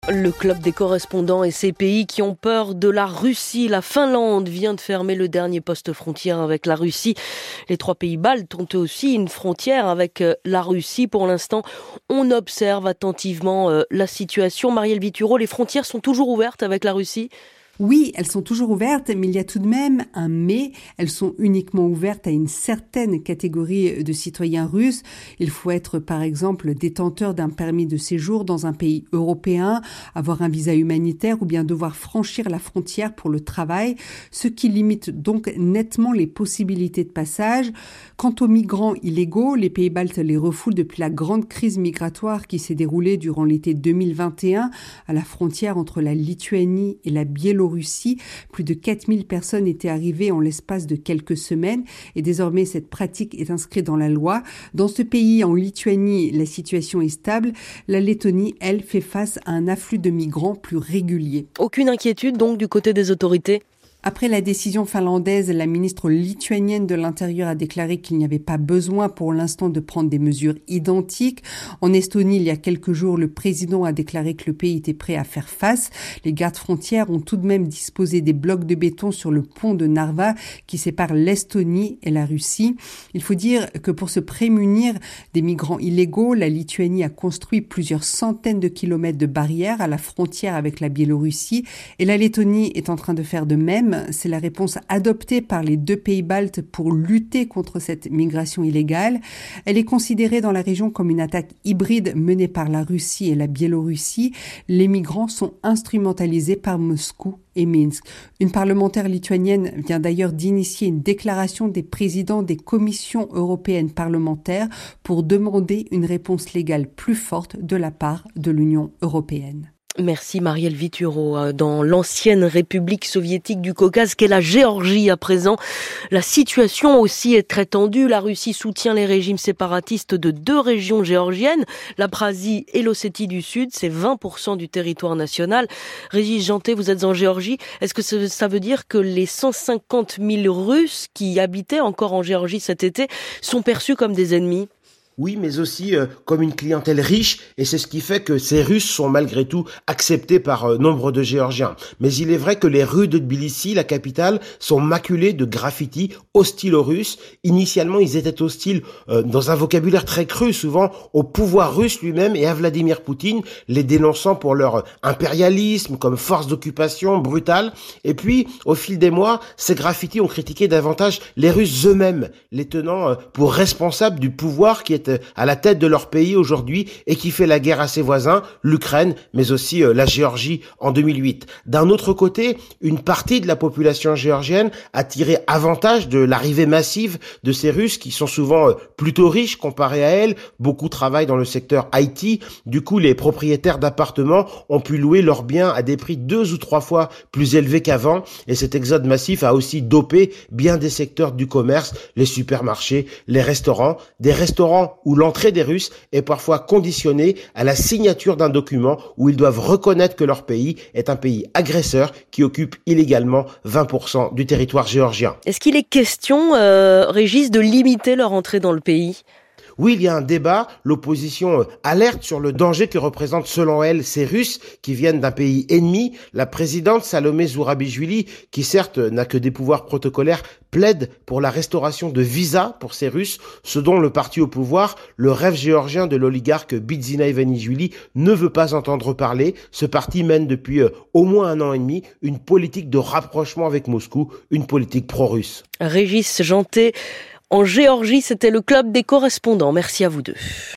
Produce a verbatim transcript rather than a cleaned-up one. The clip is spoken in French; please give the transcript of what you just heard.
Le club des correspondants et ces pays qui ont peur de la Russie. La Finlande vient de fermer le dernier poste frontière avec la Russie. Les trois pays baltes ont eux aussi une frontière avec la Russie. Pour l'instant, on observe attentivement la situation. Marielle Vituro, les frontières sont toujours ouvertes avec la Russie ? Oui, elles sont toujours ouvertes, mais il y a tout de même un mais. Elles sont uniquement ouvertes à une certaine catégorie de citoyens russes. Il faut être, par exemple, détenteur d'un permis de séjour dans un pays européen, avoir un visa humanitaire ou bien devoir franchir la frontière pour le travail, ce qui limite donc nettement les possibilités de passage. Quant aux migrants illégaux, les pays baltes les refoulent depuis la grande crise migratoire qui s'est déroulée durant l'été deux mille vingt et un à la frontière entre la Lituanie et la Biélorussie. Russie. Plus de quatre mille personnes étaient arrivées en l'espace de quelques semaines et désormais cette pratique est inscrite dans la loi. Dans ce pays, en Lituanie, la situation est stable. La Lettonie, elle, fait face à un afflux de migrants plus régulier. Aucune inquiétude donc du côté des autorités ? Après la décision finlandaise, la ministre lituanienne de l'Intérieur a déclaré qu'il n'y avait pas besoin pour l'instant de prendre des mesures identiques. En Estonie, il y a quelques jours, le président a déclaré que le pays était prêt à faire face. Les gardes frontières ont tout de même disposé des blocs de béton sur le pont de Narva qui sépare l'Estonie et la Russie. Il faut dire que pour se prémunir des migrants illégaux, la Lituanie a construit plusieurs centaines de kilomètres de barrières à la frontière avec la Biélorussie et la Lettonie est en train de faire de même. C'est la réponse adoptée par les deux pays baltes pour lutter contre cette migration illégale. Elle est considérée dans la région comme une attaque hybride menée par la Russie et la Biélorussie. Les migrants sont instrumentalisés par Moscou et Minsk. Une parlementaire lituanienne vient d'ailleurs d'initier une déclaration des présidents des commissions européennes parlementaires pour demander une réponse légale plus forte de la part de l'Union européenne. Merci Marielle Vituro. Dans l'ancienne République soviétique du Caucase qu'est la Géorgie à présent, la situation aussi est très tendue. La Russie soutient les régimes séparatistes de deux régions géorgiennes, l'Abkhazie et l'Ossétie du Sud. C'est vingt pour cent du territoire national. Régis Janté, vous êtes en Géorgie. Est-ce que ça veut dire que les cent cinquante mille Russes qui habitaient encore en Géorgie cet été sont perçus comme des ennemis ? Oui, mais aussi euh, comme une clientèle riche, et c'est ce qui fait que ces Russes sont malgré tout acceptés par euh, nombre de Géorgiens. Mais il est vrai que les rues de Tbilissi, la capitale, sont maculées de graffitis hostiles aux Russes. Initialement, ils étaient hostiles euh, dans un vocabulaire très cru, souvent au pouvoir russe lui-même et à Vladimir Poutine, les dénonçant pour leur impérialisme comme force d'occupation brutale. Et puis, au fil des mois, ces graffitis ont critiqué davantage les Russes eux-mêmes, les tenant euh, pour responsables du pouvoir qui est à la tête de leur pays aujourd'hui et qui fait la guerre à ses voisins, l'Ukraine, mais aussi euh, la Géorgie en deux mille huit. D'un autre côté, une partie de la population géorgienne a tiré avantage de l'arrivée massive de ces Russes qui sont souvent euh, plutôt riches comparés à elles. Beaucoup travaillent dans le secteur I T. Du coup, les propriétaires d'appartements ont pu louer leurs biens à des prix deux ou trois fois plus élevés qu'avant. Et cet exode massif a aussi dopé bien des secteurs du commerce, les supermarchés, les restaurants, des restaurants où l'entrée des Russes est parfois conditionnée à la signature d'un document où ils doivent reconnaître que leur pays est un pays agresseur qui occupe illégalement vingt pour cent du territoire géorgien. Est-ce qu'il est question, euh, Régis, de limiter leur entrée dans le pays ? Oui, il y a un débat. L'opposition alerte sur le danger que représentent selon elle ces Russes qui viennent d'un pays ennemi. La présidente Salomé Zourabichvili, qui certes n'a que des pouvoirs protocolaires, plaide pour la restauration de visas pour ces Russes, ce dont le parti au pouvoir, le rêve géorgien de l'oligarque Bidzina Ivanishvili, ne veut pas entendre parler. Ce parti mène depuis euh, au moins un an et demi une politique de rapprochement avec Moscou, une politique pro-russe. Régis Janté, en Géorgie, c'était le club des correspondants. Merci à vous deux.